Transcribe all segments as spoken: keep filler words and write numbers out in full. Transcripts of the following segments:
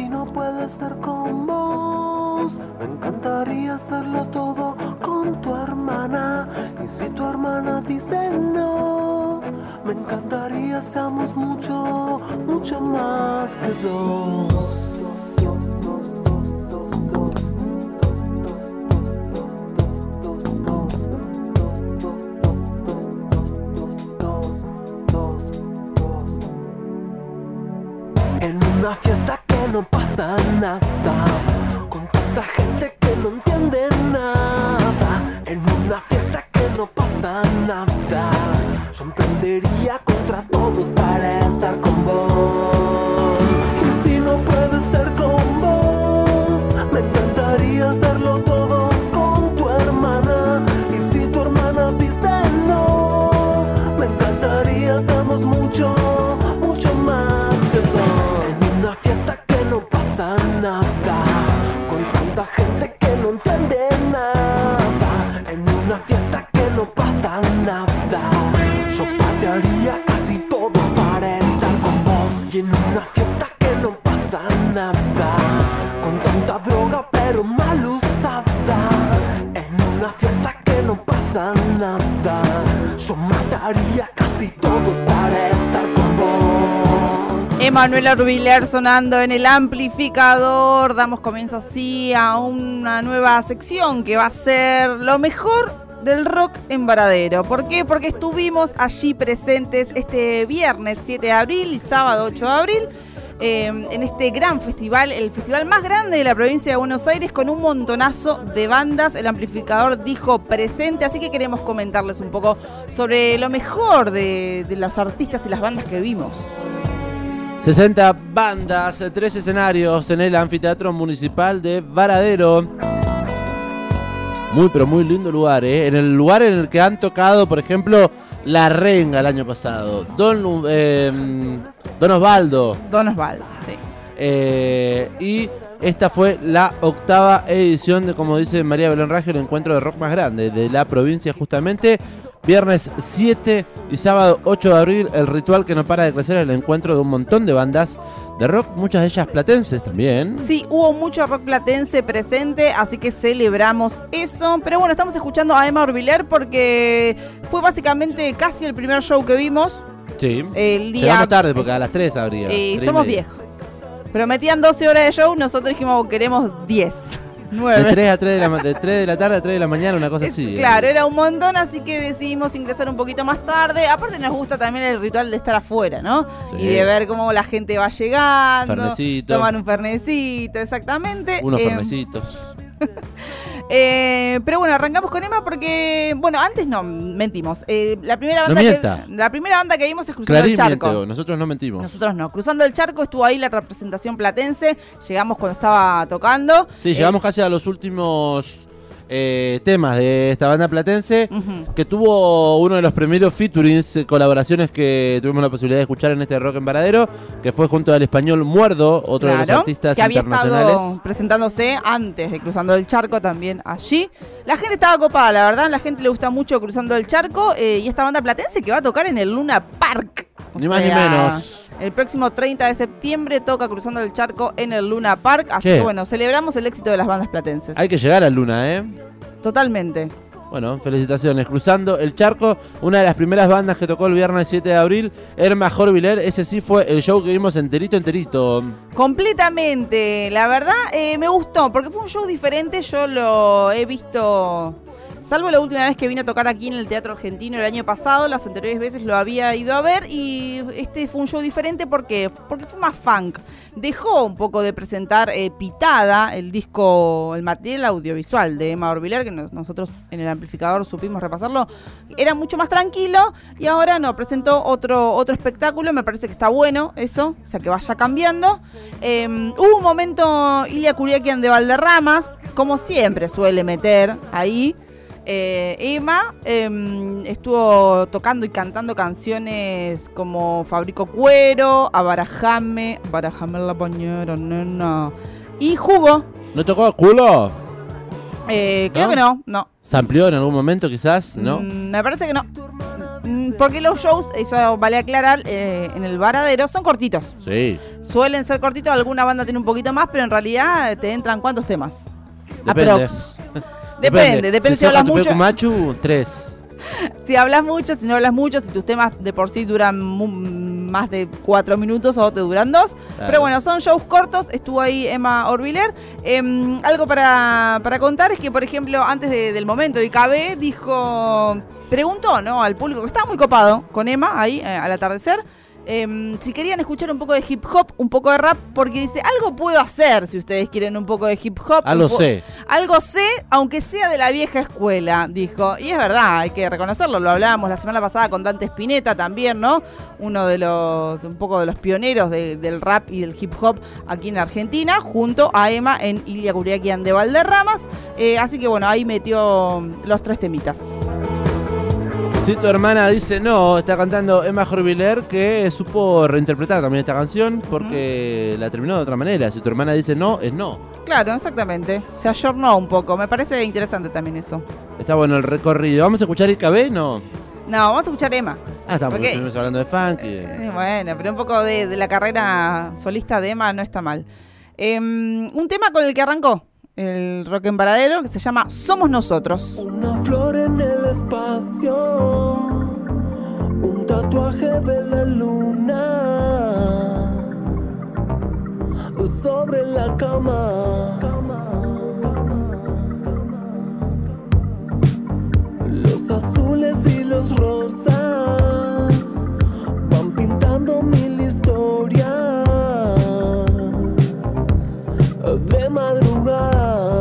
si no puedo estar con vos, me encantaría hacerlo todo con tu hermana. Y si tu hermana dice no, me encantaría seamos mucho, mucho más que dos. En una fiesta que no pasa nada, con tanta gente que no entiende nada. En una fiesta que no pasa nada, yo emprendería contra todos para estar con vos. Y si no puedes ser con vos, me encantaría hacerlo todo con tu hermana. Y si tu hermana dice no, me encantaría seamos mucho, mucho más que dos. En una fiesta que no pasa nada, con tanta gente que no entiende nada. En una fiesta que no pasa nada, yo patearía casi todos para estar con vos. Y en una fiesta que no pasa nada, con tanta droga pero mal usada. En una fiesta que no pasa nada, yo mataría casi todos para estar con vos. Emanuela Orbiler sonando en el amplificador. Damos comienzo así a una nueva sección que va a ser lo mejor del rock en Varadero. ¿Por qué? Porque estuvimos allí presentes este viernes siete de abril y sábado ocho de abril eh, en este gran festival, el festival más grande de la provincia de Buenos Aires, con un montonazo de bandas. El amplificador dijo presente, así que queremos comentarles un poco sobre lo mejor de, de los artistas y las bandas que vimos. sesenta bandas, tres escenarios en el Anfiteatro Municipal de Varadero. Muy, pero muy lindo lugar, ¿eh? En el lugar en el que han tocado, por ejemplo, La Renga el año pasado. Don, eh, Don Osvaldo. Don Osvaldo, sí. Eh, y esta fue la octava edición de, como dice María Belén Raggio, el encuentro de rock más grande de la provincia, justamente. Viernes siete y sábado ocho de abril, el ritual que no para de crecer, el encuentro de un montón de bandas de rock, muchas de ellas platenses también. Sí, hubo mucho rock platense presente, así que celebramos eso. Pero bueno, estamos escuchando a Emma Orbiler porque fue básicamente casi el primer show que vimos. Sí, el día... llegamos tarde porque a las tres habría. Eh, somos viejos. Prometían doce horas de show, nosotros dijimos queremos diez. nueve. De tres a tres de la, de tres de la tarde a tres de la mañana, una cosa así. Claro, eh. era un montón, así que decidimos ingresar un poquito más tarde. Aparte nos gusta también el ritual de estar afuera, ¿no? Sí. Y de ver cómo la gente va llegando. Fernecito. Tomar un fernecito, exactamente. Unos eh, fernecitos. eh, pero bueno, arrancamos con Emma porque, bueno, antes no, mentimos. Eh, la primera banda No que mienta. la primera banda que vimos es Cruzando Clarín el Charco. miente, nosotros no mentimos. Nosotros no. Cruzando el Charco estuvo ahí la representación platense. Llegamos cuando estaba tocando. Sí, Eh, llegamos casi a los últimos eh, temas de esta banda platense, uh-huh. que tuvo uno de los primeros featurings, eh, colaboraciones que tuvimos la posibilidad de escuchar en este Rock en Varadero, que fue junto al español Muerdo, otro Claro, de los artistas que había internacionales. estado presentándose antes de Cruzando el Charco también allí. La gente estaba copada, la verdad, la gente le gusta mucho Cruzando el Charco eh, y esta banda platense que va a tocar en el Luna Park. O Ni más ni sea, menos. El próximo treinta de septiembre toca Cruzando el Charco en el Luna Park, así Che. que bueno, celebramos el éxito de las bandas platenses. Hay que llegar a Luna, ¿eh? Totalmente. Bueno, felicitaciones. Cruzando el Charco, una de las primeras bandas que tocó el viernes siete de abril, Emma Orbiler. Ese sí fue el show que vimos enterito, enterito. Completamente, la verdad eh, me gustó, porque fue un show diferente, yo lo he visto, salvo la última vez que vino a tocar aquí en el Teatro Argentino el año pasado, las anteriores veces lo había ido a ver y este fue un show diferente porque, porque fue más funk. Dejó un poco de presentar eh, Pitada, el disco, el material audiovisual de Emma Orbiler, que nos, nosotros en el amplificador supimos repasarlo, era mucho más tranquilo y ahora no, presentó otro, otro espectáculo, me parece que está bueno eso, o sea que vaya cambiando. Eh, hubo un momento Ilia Kuriakian de Valderramas, como siempre suele meter ahí. Eh, Emma eh, estuvo tocando y cantando canciones como Fabrico Cuero, Abarajame, Abarajame la bañera, nena, y Jugo. ¿No tocó culo? Eh, creo ¿No? que no, no. ¿Se amplió en algún momento quizás? ¿No? Mm, me parece que no. Mm, porque los shows, eso vale aclarar, eh, en el Varadero son cortitos. Sí. suelen ser cortitos, alguna banda tiene un poquito más, pero en realidad te entran ¿cuántos temas? Depende. Aprox. Depende, depende si, si hablas Soja, mucho. Tupecu, Machu, tres. Si hablas mucho, si no hablas mucho, si tus temas de por sí duran mu- más de cuatro minutos o te duran dos. Claro. Pero bueno, son shows cortos. Estuvo ahí Emma Orbiler. Eh, algo para, para contar es que, por ejemplo, antes de- del momento, I K B dijo, preguntó, ¿no?, al público que estaba muy copado con Emma ahí eh, al atardecer. Eh, si querían escuchar un poco de hip hop, un poco de rap, porque dice, algo puedo hacer si ustedes quieren un poco de hip hop. Algo un po- sé. Algo sé, aunque sea de la vieja escuela, dijo. Y es verdad, hay que reconocerlo. Lo hablábamos la semana pasada con Dante Spinetta también, ¿no? Uno de los, un poco de los pioneros de- del rap y del hip hop aquí en Argentina, junto a Emma en Ilia Kuriakian de Valderramas. Eh, así que bueno, ahí metió los tres temitas. Si tu hermana dice no, está cantando Emma Orbiler, que supo reinterpretar también esta canción porque mm. la terminó de otra manera. Si tu hermana dice no, es no. Claro, exactamente. Se ayornó un poco. Me parece interesante también eso. Está bueno el recorrido. ¿Vamos a escuchar I K B? No. No, vamos a escuchar Emma. Ah, estamos Porque- estuvimos hablando de funk. y- Eh, bueno, pero un poco de, de la carrera solista de Emma no está mal. Eh, un tema con el que arrancó el Rock en Paradero, que se llama Somos Nosotros. Una flor en el espacio, un tatuaje de la luna sobre la cama. Los azules y los rosas van pintando mil historias de madrugada.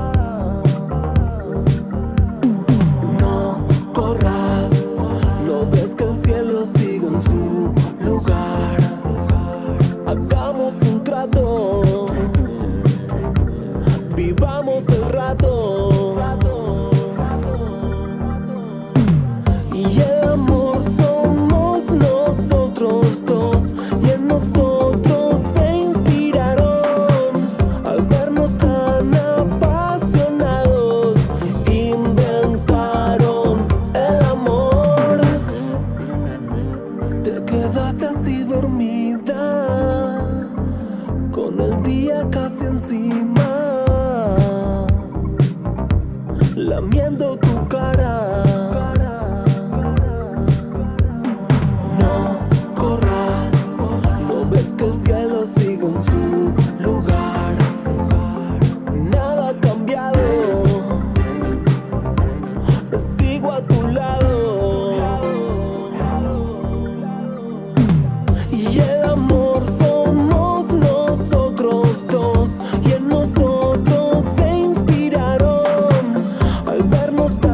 No corras, no ves que el cielo sigue en su lugar. Hagamos un trato, vivamos el rato. Y el amor somos nosotros dos, y en nosotros se inspiraron al vernos tan apasionados. Inventaron el amor. Te quedaste así dormida, con el día casi encima, lamiendo tu cara. No corras, no ves que el cielo sigue en su lugar. Nada ha cambiado, sigo a tu lado. Y el amor somos nosotros dos, y en nosotros se inspiraron al vernos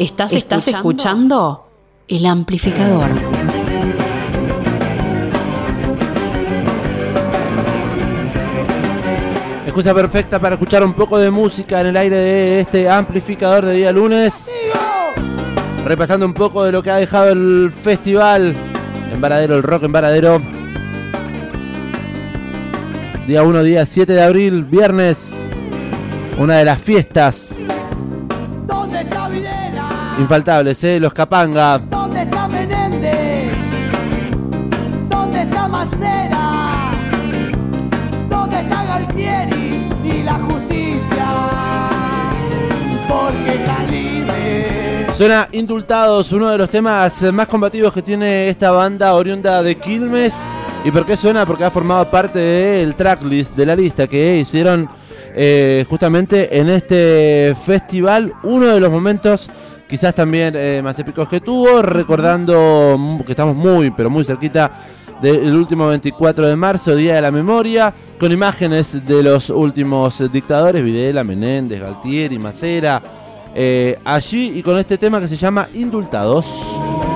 Estás, ¿Estás escuchando? El Amplificador. Excusa perfecta para escuchar un poco de música en el aire de este amplificador de día lunes. Repasando un poco de lo que ha dejado el festival en Varadero, el rock en Varadero. Día uno, día siete de abril, viernes. Una de las fiestas ¿Dónde está Videla? infaltables, ¿eh? Los Capanga. ¿Dónde está Menéndez? ¿Dónde está Macera? ¿Dónde está Galtieri y la justicia? Porque está libre. Suena Indultados, uno de los temas más combativos que tiene esta banda oriunda de Quilmes. ¿Y por qué suena? Porque ha formado parte del tracklist, de la lista que hicieron eh, justamente en este festival. Uno de los momentos quizás también eh, más épicos que tuvo, recordando que estamos muy, pero muy cerquita del último veinticuatro de marzo, Día de la Memoria, con imágenes de los últimos dictadores, Videla, Menéndez, Galtieri, Macera, eh, allí, y con este tema que se llama Indultados.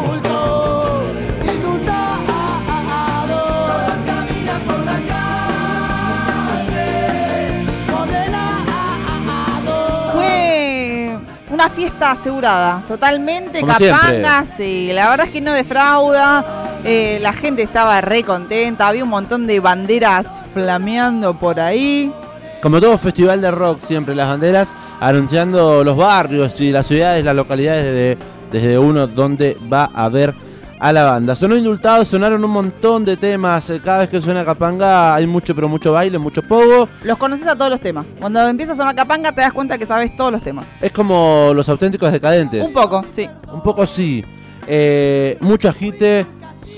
Una fiesta asegurada, totalmente, como Capanga, siempre. Sí, la verdad es que no defrauda, eh, la gente estaba re contenta, había un montón de banderas flameando por ahí. Como todo festival de rock, siempre las banderas anunciando los barrios y las ciudades, las localidades desde, desde uno donde va a haber a la banda. Sonó Indultados, sonaron un montón de temas. Cada vez que suena Capanga hay mucho, pero mucho baile, mucho pogo. Los conoces a todos los temas. Cuando empieza a sonar Capanga te das cuenta que sabes todos los temas. Es como Los Auténticos Decadentes. Un poco, sí. Un poco sí. Eh, mucho agite.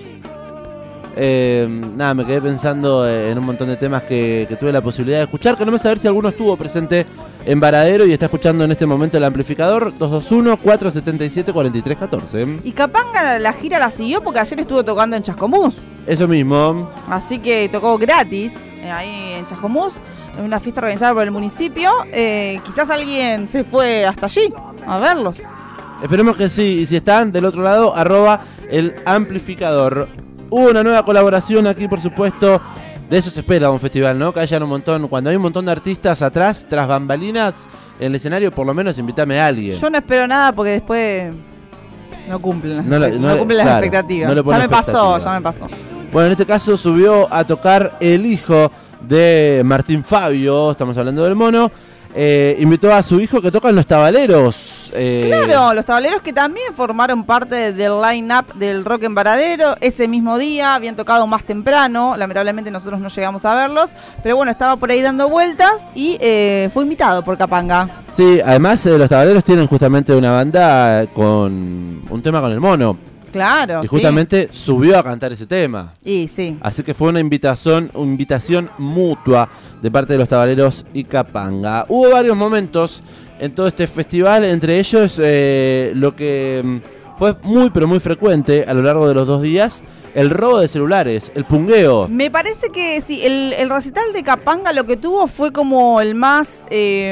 Eh, nada, me quedé pensando en un montón de temas que, que tuve la posibilidad de escuchar, que no me sé a ver si alguno estuvo presente en Varadero y está escuchando en este momento el amplificador. Dos dos uno, cuatro siete siete, cuatro tres uno cuatro. Y Capanga la gira la siguió porque ayer estuvo tocando en Chascomús. Eso mismo. Así que tocó gratis eh, ahí en Chascomús, en una fiesta organizada por el municipio. Eh, quizás alguien se fue hasta allí a verlos. Esperemos que sí, y si están del otro lado, arroba el amplificador. Hubo una nueva colaboración aquí, por supuesto. De eso se espera un festival, ¿no? Que hayan un montón, cuando hay un montón de artistas atrás, tras bambalinas, en el escenario, por lo menos invítame a alguien. Yo no espero nada porque después no cumplen, no, no, no, no cumplen claro, las expectativas. No ya me pasó, ya me pasó. Bueno, en este caso subió a tocar el hijo de Martín Fabio, estamos hablando del Mono. Eh, invitó a su hijo que toca en Los Tabaleros. Eh, Claro, los tabaleros que también formaron parte del line-up del rock en Varadero. Ese mismo día habían tocado más temprano. Lamentablemente nosotros no llegamos a verlos. Pero bueno, estaba por ahí dando vueltas y eh, fue invitado por Capanga. Sí, además eh, Los Tabaleros tienen justamente una banda con un tema con el Mono. Claro, Y justamente sí. subió a cantar ese tema. Y sí. Así que fue una invitación, una invitación mutua de parte de Los Tabaleros y Capanga. Hubo varios momentos en todo este festival, entre ellos eh, lo que fue muy pero muy frecuente a lo largo de los dos días, el robo de celulares, el pungueo. Me parece que sí, el, el recital de Capanga lo que tuvo fue como el más, eh,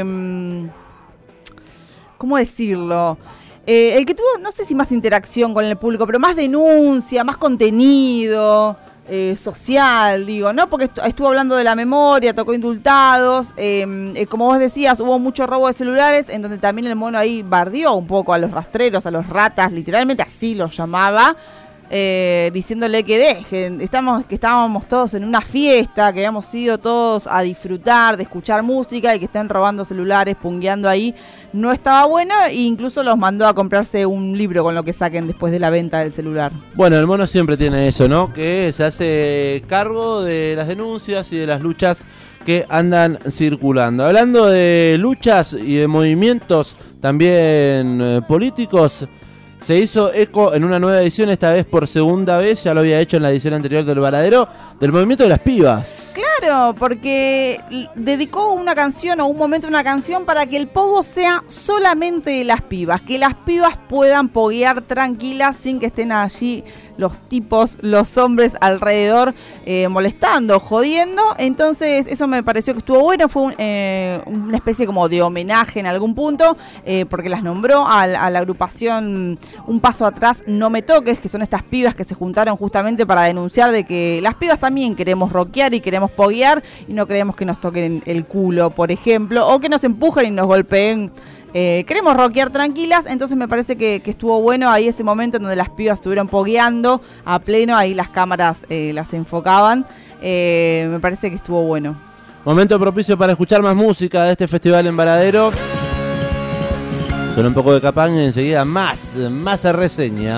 ¿cómo decirlo? Eh, el que tuvo, no sé si más interacción con el público, pero más denuncia, más contenido eh, social, digo, ¿no? Porque estu- estuvo hablando de la memoria, tocó Indultados, eh, eh, como vos decías, hubo mucho robo de celulares, en donde también el Mono ahí bardeó un poco a los rastreros, a los ratas, literalmente así los llamaba. Eh, diciéndole que dejen, estamos, que estábamos todos en una fiesta, que habíamos ido todos a disfrutar, de escuchar música y que estén robando celulares, pungueando ahí, no estaba bueno e incluso los mandó a comprarse un libro con lo que saquen después de la venta del celular. Bueno, el Mono siempre tiene eso, ¿no? Que se hace cargo de las denuncias y de las luchas que andan circulando. Hablando de luchas y de movimientos también eh, políticos, se hizo eco en una nueva edición, esta vez por segunda vez, ya lo había hecho en la edición anterior del Varadero, del movimiento de las pibas. Claro, porque dedicó una canción o un momento una canción para que el pogo sea solamente de las pibas, que las pibas puedan poguear tranquilas sin que estén allí los tipos, los hombres alrededor eh, molestando, jodiendo. Entonces eso me pareció que estuvo bueno, fue un, eh, una especie como de homenaje en algún punto, eh, porque las nombró a, a la agrupación Un Paso Atrás, No Me Toques, que son estas pibas que se juntaron justamente para denunciar de que las pibas también queremos rockear y queremos poguear y no queremos que nos toquen el culo, por ejemplo, o que nos empujen y nos golpeen. Eh, queremos rockear tranquilas, entonces me parece que, que estuvo bueno ahí ese momento en donde las pibas estuvieron pogueando a pleno, ahí las cámaras eh, las enfocaban, eh, me parece que estuvo bueno. Momento propicio para escuchar más música de este festival en Varadero. Suena un poco de Capanga y enseguida más, más reseña.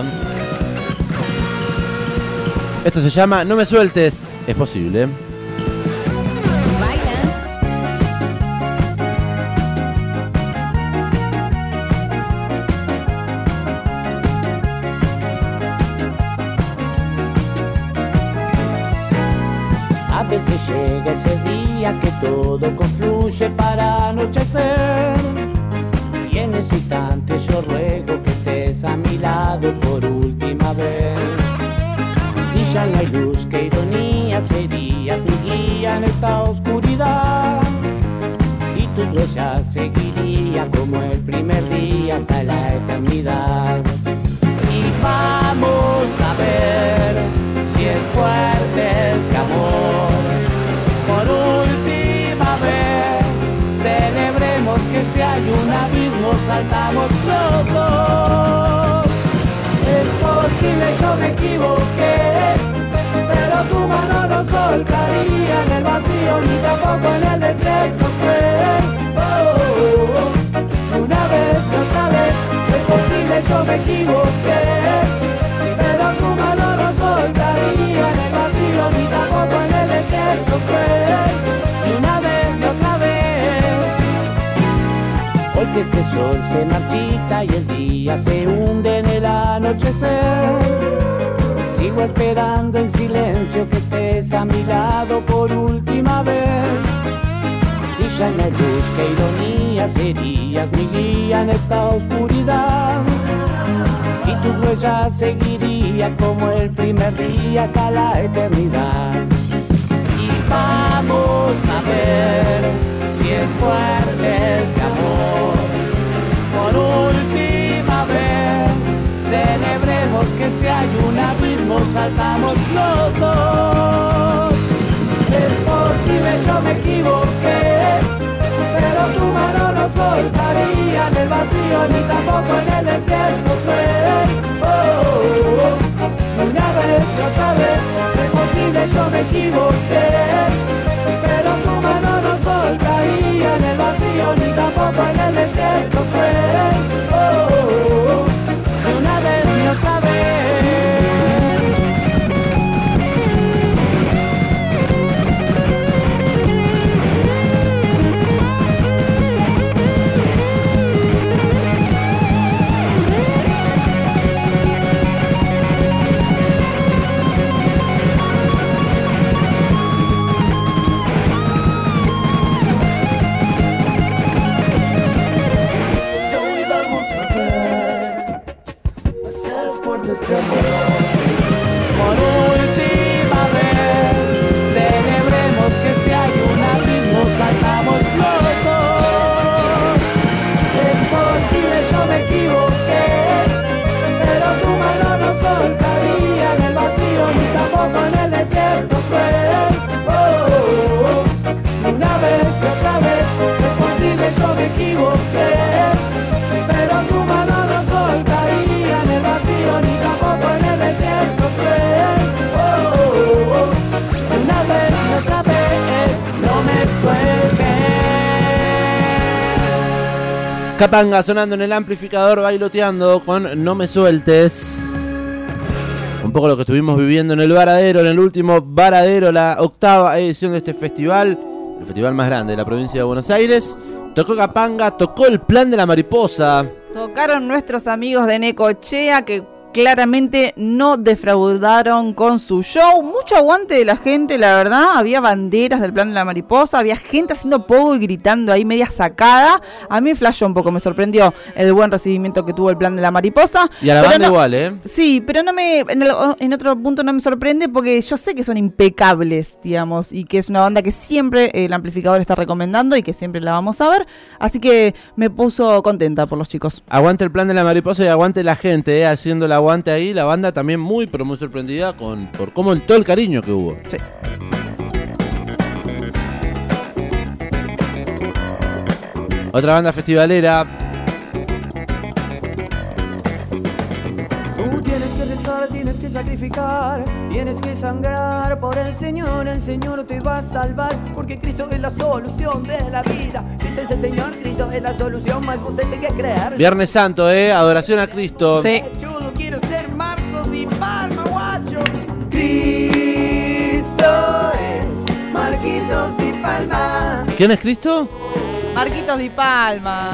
Esto se llama No Me Sueltes, es posible. A veces llega ese día que todo confluye para anochecer, y en ese instante yo ruego que estés a mi lado por última vez. Si ya no hay luz, qué ironía serías mi guía en esta oscuridad, y tu huella seguiría como el primer día hasta la eternidad. Y vamos a ver si es fuerte este amor. Por última vez, celebremos que si hay un abismo saltamos los dos. Es posible, yo me equivoqué, pero tu mano no soltaría en el vacío ni tampoco en el desierto cruel. Oh, una vez y otra vez, es posible, yo me equivoqué, pero tu mano no soltaría en el vacío ni tampoco en el desierto cruel. Y una vez y otra vez, hoy que este sol se marchita y el día se hunde en el anochecer, sigo esperando en silencio que estés a mi lado por última vez. Si ya no hay luz, qué ironía serías mi guía en esta oscuridad, y tu huella seguiría como el primer día hasta la eternidad. Y vamos a ver si es fuerte este amor. Por última vez, celebremos que si hay un abismo saltamos los dos. Es posible, yo me equivoqué, pero tu mano no soltaría en el vacío ni tampoco en el desierto cruel. Oh, una vez y otra vez, es posible, yo me equivoqué, pero tu mano no soltaría en el vacío ni tampoco en el desierto cruel. Oh, una vez y otra vez. Por última vez, celebremos que si hay un abismo saltamos los dos. Es posible, yo me equivoqué, pero tu mano no soltaría en el vacío ni tampoco en el desierto cruel. Oh, una vez y otra vez, es posible, yo me equivoqué, pero tu mano no soltaría en el vacío ni tampoco en el desierto cruel. Oh, una vez y otra vez, no me sueltes. Capanga sonando en el amplificador, bailoteando con No Me Sueltes. Un poco lo que estuvimos viviendo en el Varadero, en el último Varadero, la octava edición de este festival, el festival más grande de la provincia de Buenos Aires. Tocó Capanga, tocó el Plan de la Mariposa. Tocaron nuestros amigos de Necochea, que claramente no defraudaron con su show. Mucho aguante de la gente, la verdad. Había banderas del Plan de la Mariposa, había gente haciendo pogo y gritando ahí media sacada. A mí me flashó un poco, me sorprendió el buen recibimiento que tuvo el Plan de la Mariposa. Y a la pero banda no, igual, ¿eh? Sí, pero no me en, el, en otro punto no me sorprende porque yo sé que son impecables, digamos, y que es una banda que siempre el amplificador está recomendando y que siempre la vamos a ver. Así que me puso contenta por los chicos. Aguante el Plan de la Mariposa y aguante la gente, ¿eh? Haciendo el aguante ahí. La banda también muy, pero muy sorprendida con por cómo el, todo el cariño que hubo. Sí. Otra banda festivalera. Tú tienes que rezar, tienes que sacrificar, tienes que sangrar por el Señor. El Señor te va a salvar, porque Cristo es la solución de la vida. Cristo es el Señor, Cristo es la solución, más usted tiene que creer. Viernes Santo, ¿eh? Adoración a Cristo. Sí. Chudo, quiero ser Marcos Di Palma, guacho. Cristo es Marquitos Di Palma. ¿Quién es Cristo? Marquitos Di Palma.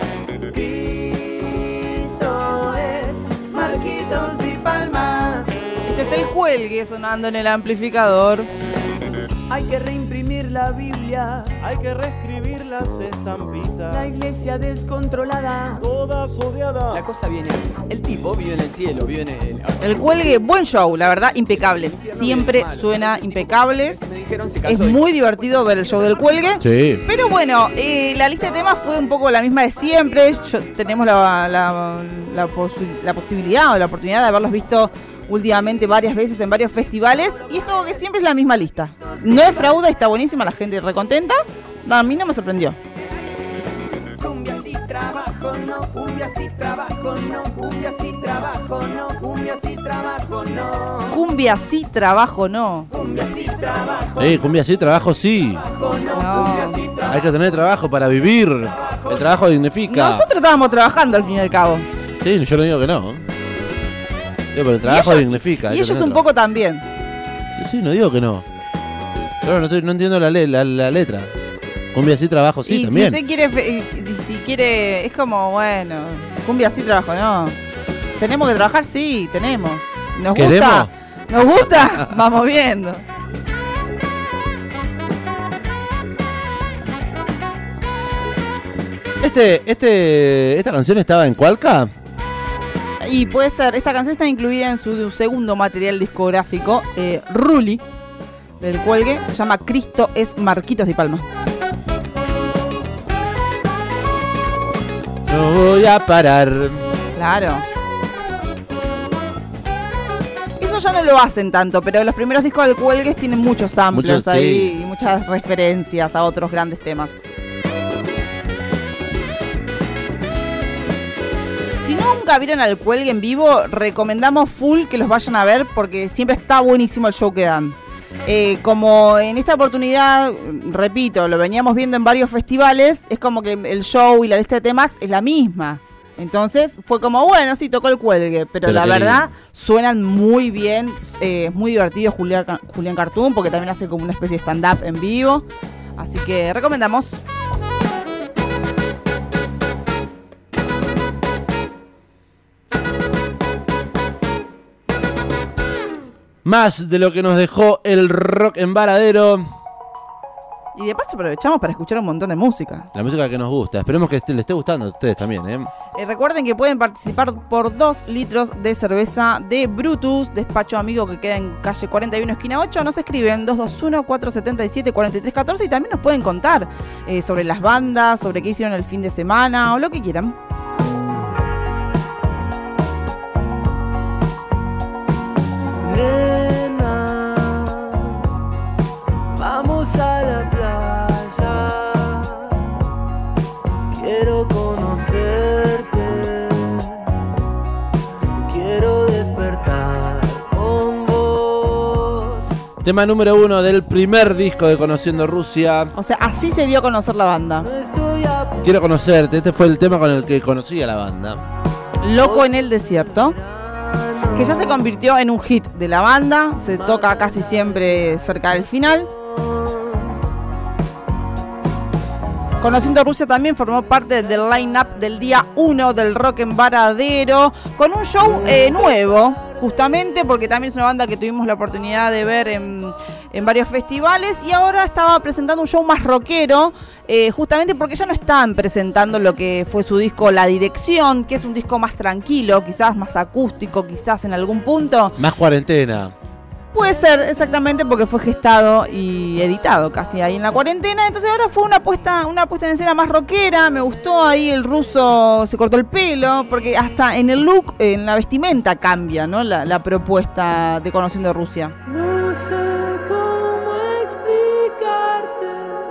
Cristo es Marquitos Di Palma. Este es el cuelgue sonando en el amplificador. Hay que reimprimir la Biblia, Hay que reescribir las estampitas, la iglesia descontrolada. todas odiadas. La cosa viene así. El tipo vive en el cielo, vive en el... El cuelgue, buen show, la verdad, impecables. Siempre suena impecables. Me dijeron se casó. Es muy divertido ver el show del cuelgue. Sí. Pero bueno, eh, la lista de temas fue un poco la misma de siempre. Yo, tenemos la, la, la, posi- la posibilidad o la oportunidad de haberlos visto últimamente varias veces en varios festivales. Y es como que siempre es la misma lista. No es fraude, está buenísima, la gente recontenta. No, a mí no me sorprendió. Cumbia sí trabajo, no, cumbia sí trabajo, no, cumbia sí trabajo, no, cumbia sí trabajo, no. Cumbia sí, trabajo no. Cumbia sí trabajo, Eh, cumbia sí, trabajo sí. no, No. cumbia sí trabajo. Hay que tener trabajo para vivir. El trabajo dignifica. Nosotros estábamos trabajando al fin y al cabo. Sí, yo no digo que no. Sí, pero el trabajo ellos- dignifica. hay Y que ellos tener un trabajo. poco también. Sí, sí, no digo que no. Pero no, estoy- no entiendo la, le- la, la letra. Cumbia sí, trabajo sí, y también. si usted quiere, fe- y si quiere, es como, bueno, cumbia sí, trabajo no. Tenemos que trabajar, sí, tenemos. ¿Nos ¿Queremos? gusta? ¿Nos gusta? Vamos viendo. Este, este, esta canción estaba en Cualca. Y puede ser, esta canción está incluida en su segundo material discográfico, eh, Ruli, del cuelgue. Se llama Cristo es Marquitos Di Palma. No voy a parar. Claro. Eso ya no lo hacen tanto, pero los primeros discos del Cuelgues tienen muchos samples Muchos, ahí sí. y muchas referencias a otros grandes temas. Si nunca vieron al Cuelgue en vivo, recomendamos full que los vayan a ver porque siempre está buenísimo el show que dan. Eh, como en esta oportunidad, repito, lo veníamos viendo en varios festivales, es como que el show y la lista de temas es la misma. Entonces fue como, bueno, sí, tocó el Cuelgue, pero, Pero la qué verdad lindo. suenan muy bien, eh, es muy divertido Julián, Julián Cartoon, porque también hace como una especie de stand-up en vivo. Así que recomendamos. Más de lo que nos dejó el rock en Varadero. Y de paso aprovechamos para escuchar un montón de música. La música que nos gusta. Esperemos que este- le esté gustando a ustedes también, ¿eh? Eh, recuerden que pueden participar por dos litros de cerveza de Brutus, despacho amigo que queda en calle cuarenta y uno, esquina ocho. Nos escriben dos dos uno, cuatro siete siete, cuatro tres uno cuatro y también nos pueden contar eh, sobre las bandas, sobre qué hicieron el fin de semana o lo que quieran. Nena, vamos a la playa. Quiero conocerte. Quiero despertar con vos. Tema número uno del primer disco de Conociendo Rusia. O sea, así se dio a conocer la banda. No estoy a Quiero conocerte. Este fue el tema con el que conocí a la banda. Loco en el desierto, que ya se convirtió en un hit de la banda. Se toca casi siempre cerca del final. Conociendo Rusia también formó parte del line-up del día uno del Rock en Varadero, con un show eh, nuevo, justamente porque también es una banda que tuvimos la oportunidad de ver en, en varios festivales, y ahora estaba presentando un show más rockero, eh, justamente porque ya no estaban presentando lo que fue su disco La Dirección, que es un disco más tranquilo, quizás más acústico, quizás en algún punto. Más cuarentena. Puede ser, exactamente, porque fue gestado y editado casi ahí en la cuarentena. Entonces ahora fue una puesta, una puesta en escena más rockera. Me gustó ahí el ruso, se cortó el pelo, porque hasta en el look, en la vestimenta cambia, ¿no? La, la propuesta de Conociendo Rusia. No sé cómo explicarte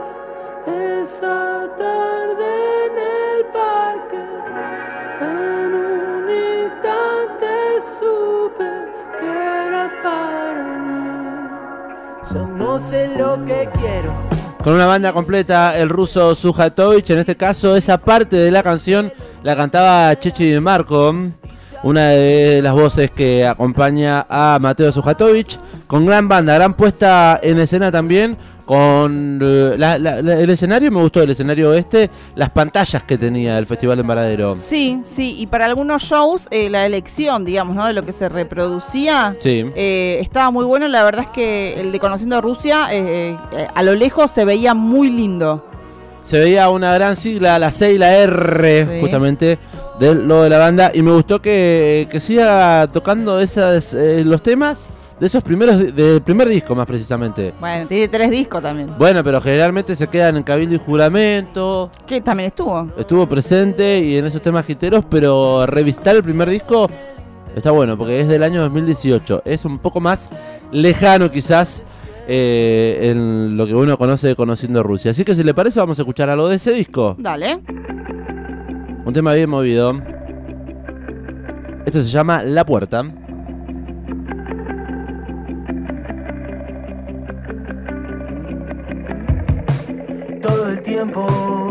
esa tarde en el parque. En un instante supe que eras para mí. Yo no sé lo que quiero. Con una banda completa, el ruso Sujatovich. En este caso, esa parte de la canción la cantaba Chechi Di Marco, una de las voces que acompaña a Mateo Sujatovich. Con gran banda, gran puesta en escena también. Con uh, la, la, la, el escenario, me gustó el escenario este, las pantallas que tenía el Festival en Varadero. Sí, sí, y para algunos shows, eh, la elección, digamos, ¿no? De lo que se reproducía, sí. eh, estaba muy bueno. La verdad es que el de Conociendo Rusia, eh, eh, a lo lejos se veía muy lindo. Se veía una gran sigla, la C y la R, Sí. justamente, de lo de la banda. Y me gustó que, que siga tocando esas, eh, los temas de esos primeros, del primer disco más precisamente. Bueno, tiene tres discos también. Bueno, pero generalmente se quedan en Cabildo y Juramento. Que también estuvo. Estuvo presente y en esos temas giteros, pero revisitar el primer disco está bueno, porque es del año dos mil dieciocho. Es un poco más lejano quizás eh, en lo que uno conoce de Conociendo Rusia. Así que si le parece vamos a escuchar algo de ese disco. Dale. Un tema bien movido. Esto se llama La Puerta. Todo el tiempo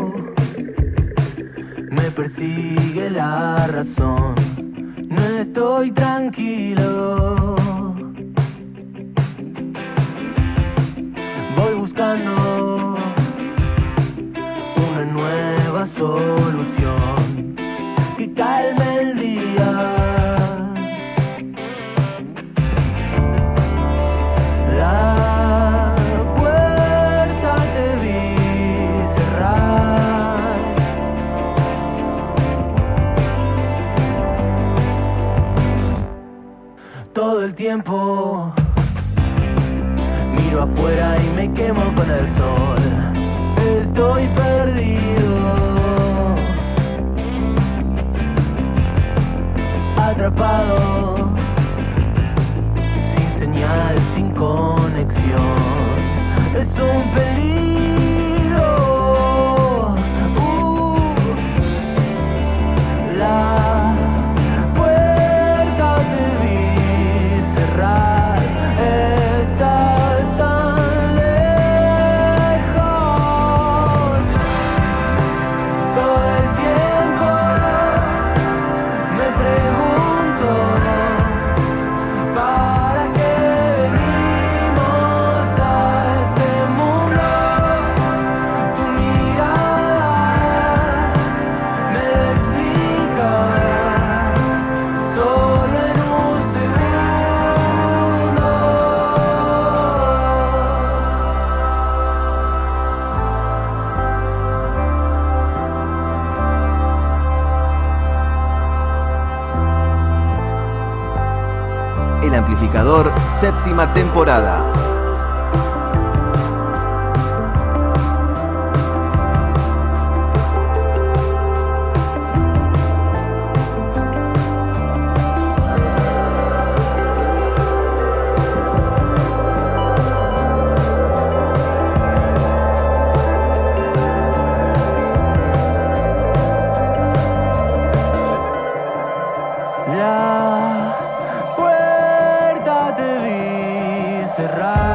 me persigue la razón. No estoy tranquilo. Voy buscando una nueva solución que calme el día. La todo el tiempo miro afuera y me quemo con el sol. Estoy perdido, atrapado, sin señal, sin conexión. Es un peligro. Uh, la El Amplificador, séptima temporada. La puerta te vi cerrar.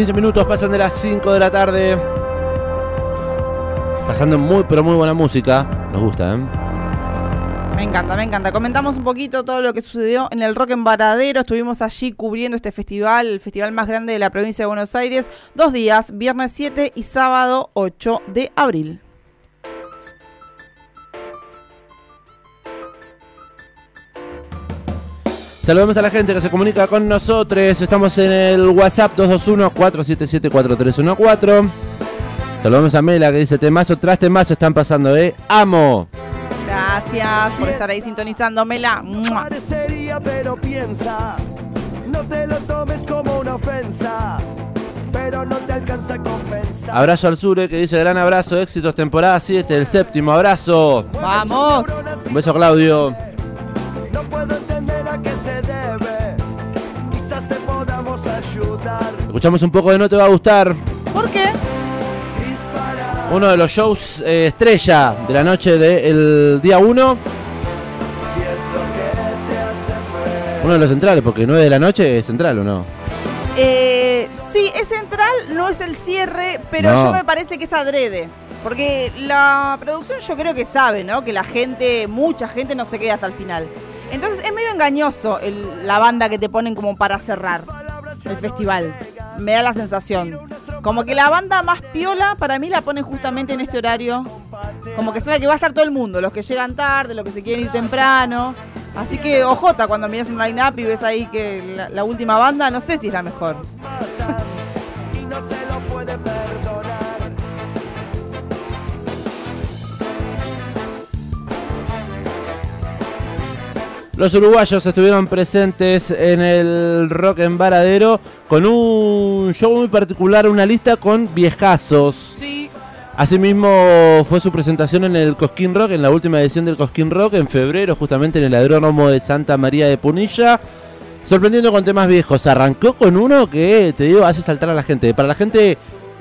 quince minutos pasan de las cinco de la tarde. Pasando muy, pero muy buena música. Nos gusta, ¿eh? Me encanta, me encanta. Comentamos un poquito todo lo que sucedió en el Rock en Varadero. Estuvimos allí cubriendo este festival, el festival más grande de la provincia de Buenos Aires. Dos días, viernes siete y sábado ocho de abril. Saludamos a la gente que se comunica con nosotros. Estamos en el WhatsApp dos dos uno, cuatro siete siete, cuatro tres uno cuatro. Saludamos a Mela que dice temazo tras temazo están pasando, ¿eh? ¡Amo! Gracias por estar ahí sintonizando, Mela. ¡Mua! Parecería, pero piensa, no te lo tomes como una ofensa, pero no te alcanza a compensar. Abrazo al Sure que dice gran abrazo, éxitos temporada siete, el séptimo abrazo. ¡Vamos! Un beso, Claudio. No puedo entender a qué se debe, quizás te podamos ayudar. Escuchamos un poco de No Te Va a Gustar. ¿Por qué? Dispara, Uno de los shows eh, estrella de la noche del día uno. si es lo que te hace ver. Uno de los centrales, porque nueve de la noche es central, ¿o no? Eh, sí, es central, no es el cierre, pero No. yo me parece que es adrede. Porque la producción yo creo que sabe, ¿no? Que la gente, mucha gente no se queda hasta el final. Entonces es medio engañoso el- la banda que te ponen como para cerrar el festival. Me da la sensación. Como que la banda más piola para mí la ponen justamente en este horario. Como que sabe que va a estar todo el mundo, los que llegan tarde, los que se quieren ir temprano. Así que ojota cuando miras un line-up y ves ahí que la, la última banda, no sé si es la mejor. Y no se lo puede perdonar. Los uruguayos estuvieron presentes en el Rock en Varadero con un show muy particular, una lista con viejazos. Sí. Asimismo fue su presentación en el Cosquín Rock, en la última edición del Cosquín Rock, en febrero, justamente en el Aeródromo de Santa María de Punilla. Sorprendiendo con temas viejos. Arrancó con uno que, te digo, hace saltar a la gente. Para la gente,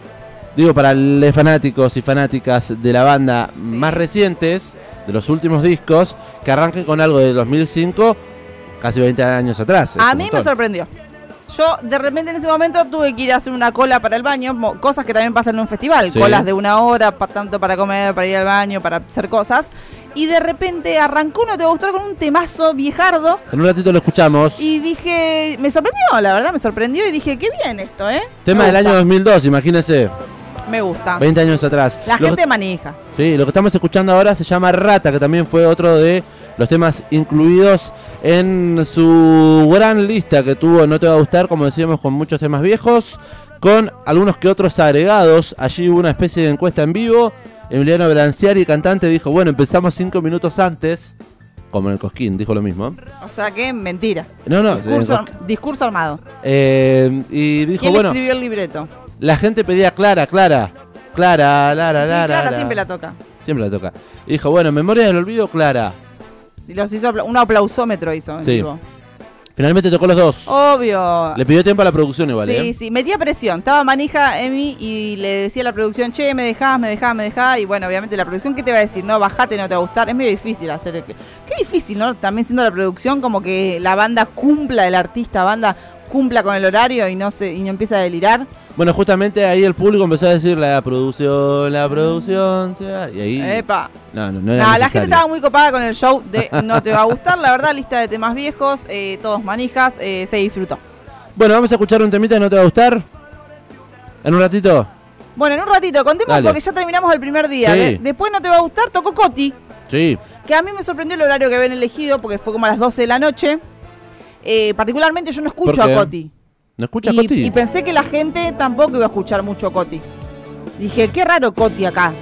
digo, para los fanáticos y fanáticas de la banda más recientes, de los últimos discos, que arranquen con algo de dos mil cinco, casi veinte años atrás. Es A un mí me montón. sorprendió. Yo de repente en ese momento tuve que ir a hacer una cola para el baño, mo- cosas que también pasan en un festival, Sí. colas de una hora, pa- tanto para comer, para ir al baño, para hacer cosas. Y de repente arrancó uno, te va a gustar, con un temazo viejardo. En un ratito lo escuchamos. Y dije, me sorprendió, la verdad me sorprendió. Y dije, qué bien esto, ¿eh? Tema Me del gusta, año dos mil dos, imagínense, Me gusta. veinte años atrás. La Lo- gente manija. Sí, lo que estamos escuchando ahora se llama Rata, que también fue otro de los temas incluidos en su gran lista que tuvo No Te Va a Gustar, como decíamos, con muchos temas viejos, con algunos que otros agregados. Allí hubo una especie de encuesta en vivo. Emiliano Branciari, cantante, dijo, bueno, empezamos cinco minutos antes, como en el Cosquín, dijo lo mismo. O sea que mentira. No, no, Discurso, en el Cosquín. discurso armado. Eh, y dijo, ¿Quién bueno, le escribió el libreto? la gente pedía Clara, Clara, Clara, Lara, Sí, Lara. Clara Lara. siempre la toca. Siempre la toca. Y dijo, bueno, Memoria del Olvido, Clara. Y los hizo apla- un aplausómetro hizo en Sí. vivo. Finalmente tocó los dos. Obvio. Le pidió tiempo a la producción igual, Sí, ¿eh? sí, metía presión. Estaba manija Emi y le decía a la producción, che, me dejás, me dejás, me dejás. Y bueno, obviamente la producción, ¿qué te va a decir? No, bajate, no te va a gustar. Es medio difícil hacer... el- Qué difícil, ¿no? También siendo la producción, como que la banda cumpla, el artista, banda cumpla con el horario y no se y no empieza a delirar. Bueno, justamente ahí el público empezó a decir la producción, la producción, se va", y ahí... Epa. No, no, no era Nah, la gente necesario. estaba muy copada con el show de No Te Va a Gustar. La verdad, lista de temas viejos, eh, todos manijas, eh, se disfrutó. Bueno, vamos a escuchar un temita, ¿no te va a gustar? En un ratito. Bueno, en un ratito, contemos Dale. porque ya terminamos el primer día. Sí. De- después No Te Va a Gustar, tocó Coti. Sí. Que a mí me sorprendió el horario que habían elegido porque fue como a las doce de la noche. Eh, particularmente yo no escucho ¿Por qué? a Coti. ¿No escuchas, Y, Coti? y pensé que la gente tampoco iba a escuchar mucho a Coti. Dije, qué raro Coti acá.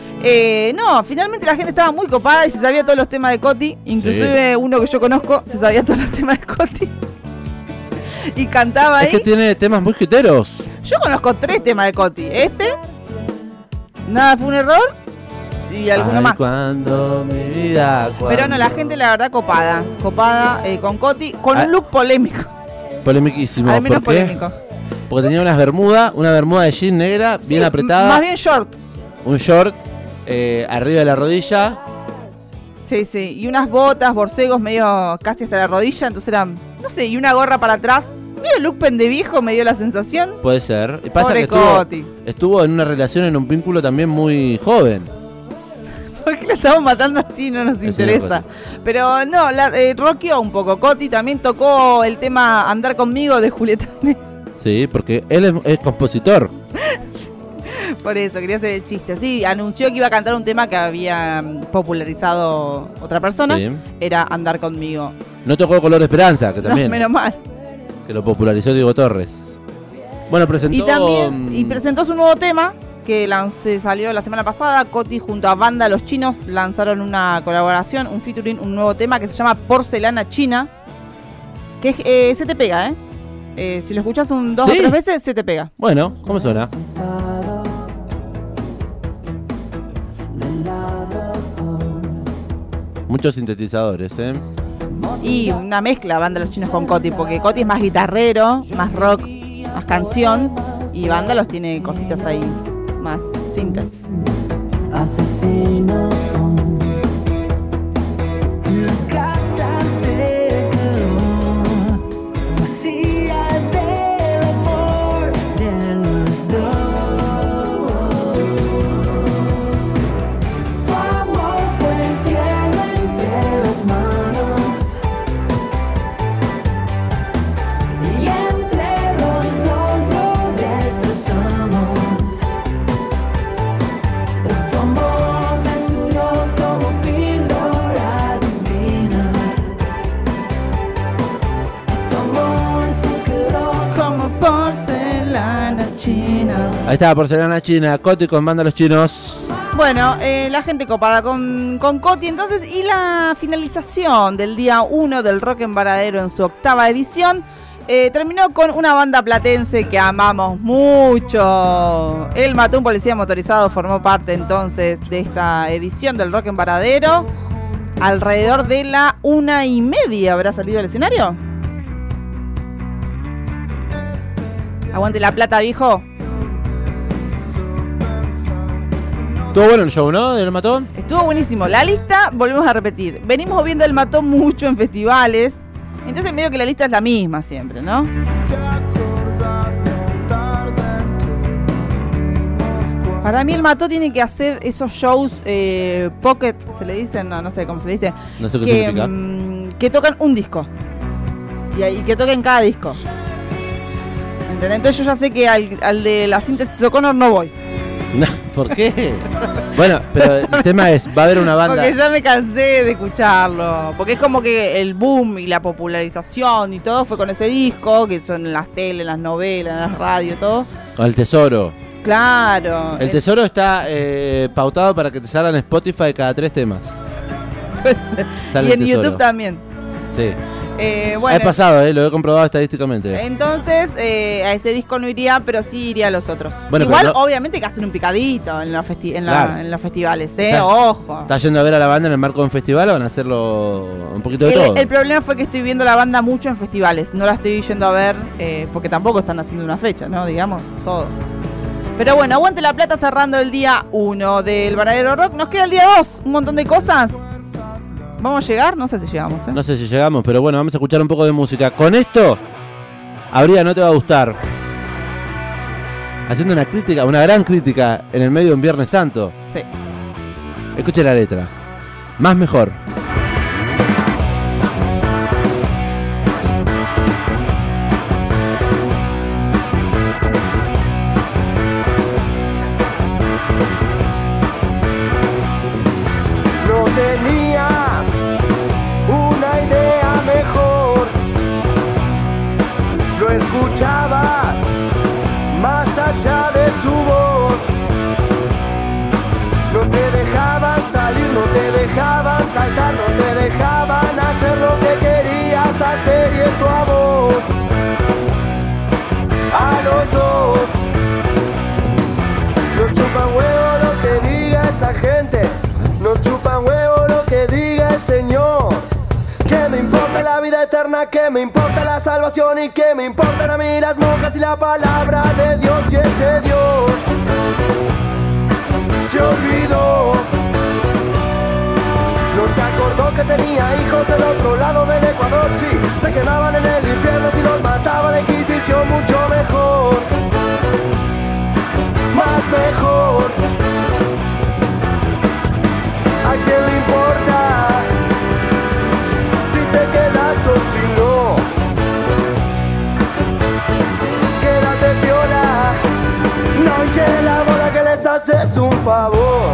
Eh, no, finalmente la gente estaba muy copada y se sabía todos los temas de Coti. Inclusive uno que yo conozco se sabía todos los temas de Coti. Y cantaba ahí. Es que tiene temas muy jiteros. Yo conozco tres temas de Coti. Este, Nada fue un error y alguno Ay, más. cuando mi vida, Pero no, la cuando- gente la verdad copada. Copada eh, con Coti, con Ah. un look polémico. Polemiquísimo. Al menos ¿Por qué? polémico. Porque tenía unas bermudas, una bermuda de jean negra, bien Sí, apretada. Más bien short. Un short eh, arriba de la rodilla. Sí, sí. Y unas botas, borcegos medio casi hasta la rodilla. Entonces eran, no sé, y una gorra para atrás. Medio look pendeviejo me dio la sensación. Puede ser. Y pasa Pobre que estuvo, Coti. estuvo en una relación, en un vínculo también muy joven. ¿Por qué lo estamos matando así? No nos El interesa. Pero no, la, eh, rockeó un poco. Coti también tocó el tema Andar Conmigo de Julieta Venegas. Sí, porque él es, es compositor. Por eso, quería hacer el chiste. Sí, anunció que iba a cantar un tema que había mm, popularizado otra persona. Sí. Era Andar Conmigo. No tocó Color Esperanza, que también. No, menos mal. Que lo popularizó Diego Torres. Bueno, presentó... Y también y presentó su nuevo tema, que lance, salió la semana pasada. Coti junto a Banda Los Chinos lanzaron una colaboración, un featuring, un nuevo tema que se llama Porcelana China. Que eh, se te pega, ¿eh? Eh, si lo escuchas un dos ¿Sí? o tres veces, se te pega. Bueno, ¿cómo suena? Muchos sintetizadores, ¿eh? Y una mezcla Banda Los Chinos con Coti, porque Coti es más guitarrero, más rock, más canción, y Banda los tiene cositas ahí, más sintes. Asesino. La casa se quedó vacía del amor de los dos. Tu amor fue el cielo entre las manos, y entre los dos lo destrozamos. Tu amor me subió como píldora divina. Tu amor se quebró Como porcelana china. Ahí está, Porcelana China, Coti con Banda Los Chinos. Bueno, eh, la gente copada con, con Coti entonces, y la finalización del día uno del Rock en Varadero en su octava edición eh, terminó con una banda platense que amamos mucho. El Mató un Policía Motorizado formó parte entonces de esta edición del Rock en Varadero. Alrededor de la una y media habrá salido al escenario. Aguante la plata, viejo. Estuvo bueno el show, ¿no? ¿Del Matón? Estuvo buenísimo. La lista, volvemos a repetir. Venimos viendo el Matón mucho en festivales. Entonces medio que la lista es la misma siempre, ¿no? Para mí el Mató tiene que hacer esos shows eh, pocket, se le dicen, no, no sé cómo se le dice. No sé qué que, significa. mm, que tocan un disco. Y, ahí- que toquen cada disco. ¿Entendés? Entonces yo ya sé que al, al de la síntesis O'Connor no voy. No, ¿por qué? Bueno, pero el tema es, va a haber una banda... Porque ya me cansé de escucharlo. Porque es como que el boom y la popularización y todo fue con ese disco, que son en las teles, en las novelas, en las radios, todo. Con el Tesoro. Claro. El Tesoro está eh, pautado para que te salgan en Spotify cada tres temas. Sale Y el en Tesoro. YouTube también. Sí. Eh, He bueno, pasado, eh, lo he comprobado estadísticamente. entonces eh, a ese disco no iría, pero sí iría a los otros. Bueno, Igual, pero no- obviamente que hacen un picadito en los, festi- en la- Claro. en los festivales, ¿eh? Está- Ojo. ¿Estás yendo a ver a la banda en el marco de un festival o van a hacerlo un poquito de todo? El, el problema fue que estoy viendo la banda mucho en festivales. No la estoy yendo a ver eh, porque tampoco están haciendo una fecha, ¿no? Digamos, todo. Pero bueno, aguante la plata cerrando el día uno del Varadero Rock. Nos queda el día dos, un montón de cosas. ¿Vamos a llegar? No sé si llegamos, ¿eh? No sé si llegamos, pero bueno, vamos a escuchar un poco de música. Con esto, habría No Te Va a Gustar. Haciendo una crítica, una gran crítica en el medio de un Viernes Santo. Sí. Escuche la letra. Más mejor. No tenías una idea mejor, lo escuchabas más allá de su voz. No te dejaban salir, no te dejaban saltar, no te dejaban hacer lo que querías hacer, y eso a vos, a los dos. Nos chupan huevo lo que diga esa gente, nos chupan huevo lo que diga el Señor. Que me importa la vida eterna, que me importa la salvación, y que me importan a mí las monjas y la palabra de Dios. Y ese Dios se olvidó, no se acordó que tenía hijos del otro lado del Ecuador. Sí, se se quemaban en el infierno si los mataba la Inquisición. Mucho mejor, más mejor. ¿A quién le importa si te quedas o si no? Quédate piola, no hinche la bola que les haces un favor.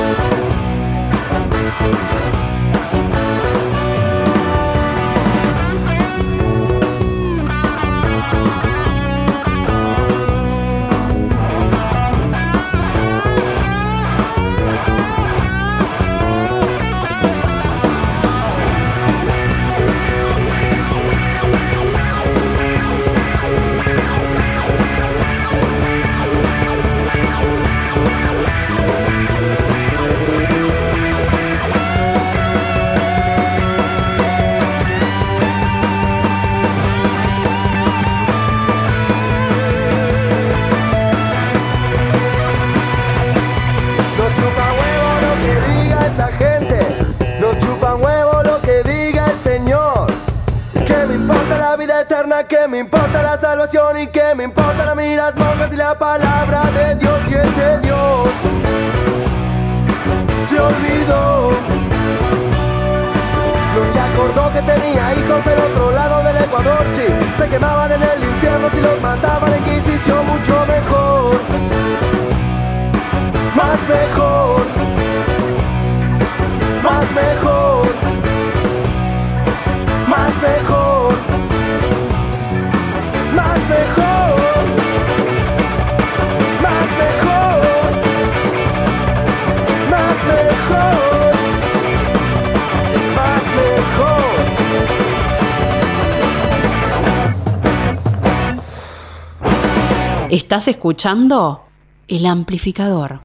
Que me importa la salvación y que me importan a mí las monjas y la palabra de Dios. Y ese Dios se olvidó, no se acordó que tenía hijos del otro lado del Ecuador. Sí, se quemaban en el infierno si los mataba la Inquisición. Mucho mejor, más mejor, más mejor, más mejor. Más mejor, más mejor, más mejor, más mejor. Estás escuchando El Amplificador.